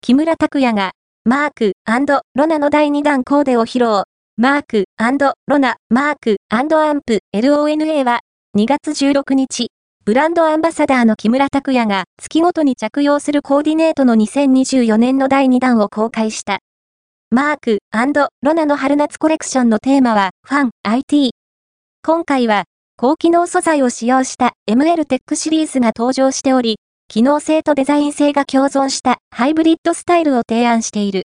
木村拓哉が、マーク&ロナの第2弾コーデを披露。マーク&ロナ、マーク&アンプ、LONA は、2月16日、ブランドアンバサダーの木村拓哉が月ごとに着用するコーディネートの2024年の第2弾を公開した。マーク&ロナの春夏コレクションのテーマは、ファン、IT。今回は、高機能素材を使用した ML テックシリーズが登場しており、機能性とデザイン性が共存したハイブリッドスタイルを提案している。